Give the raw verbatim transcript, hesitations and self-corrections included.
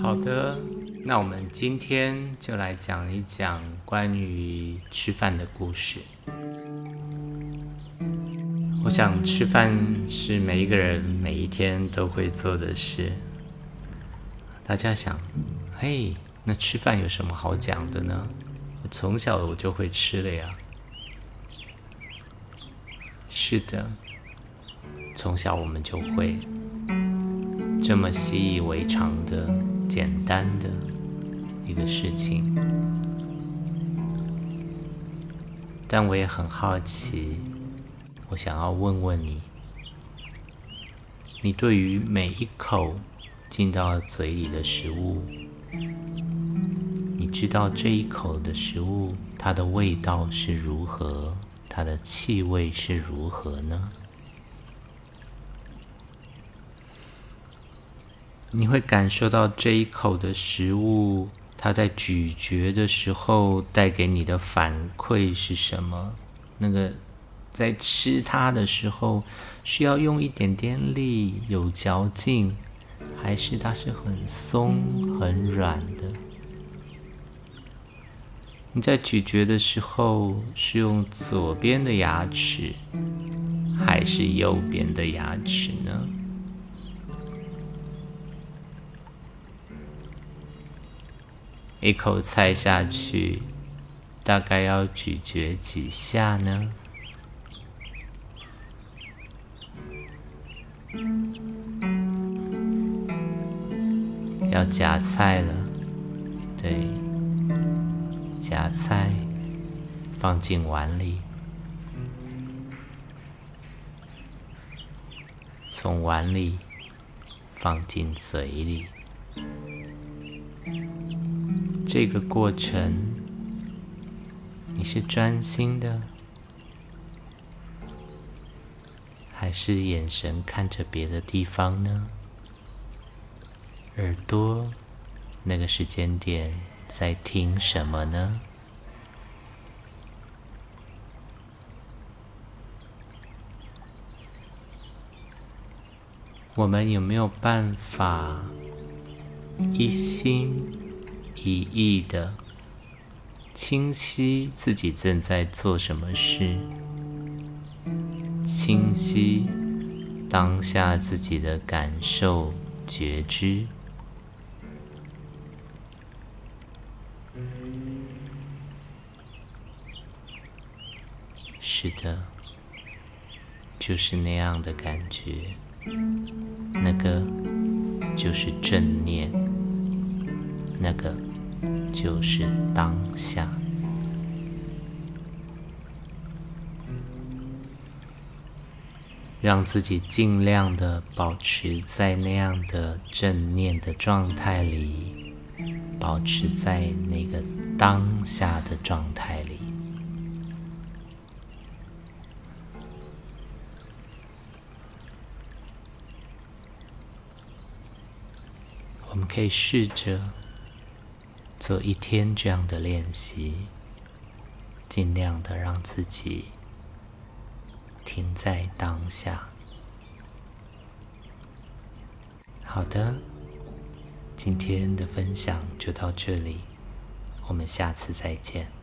好的，那我们今天就来讲一讲关于吃饭的故事。我想吃饭是每一个人每一天都会做的事。大家想，嘿，那吃饭有什么好讲的呢？我从小我就会吃了呀。是的，从小我们就会这么习以为常的简单的一个事情。但我也很好奇，我想要问问你，你对于每一口进到嘴里的食物，你知道这一口的食物它的味道是如何，它的气味是如何呢？你会感受到这一口的食物，它在咀嚼的时候带给你的反馈是什么？那个在吃它的时候，需要用一点点力，有嚼劲，还是它是很松、很软的？你在咀嚼的时候，是用左边的牙齿，还是右边的牙齿呢？一口菜下去，大概要咀嚼几下呢？要夹菜了，对，夹菜放进碗里，从碗里放进嘴里。这个过程，你是专心的，还是眼神看着别的地方呢？耳朵那个时间点在听什么呢？我们有没有办法一心一意的清晰自己正在做什么事，清晰当下自己的感受觉知？是的，就是那样的感觉，那个就是正念，那个就是当下。让自己尽量的保持在那样的正念的状态里，保持在那个当下的状态里。我们可以试着做一天这样的练习，尽量的让自己停在当下。好的，今天的分享就到这里，我们下次再见。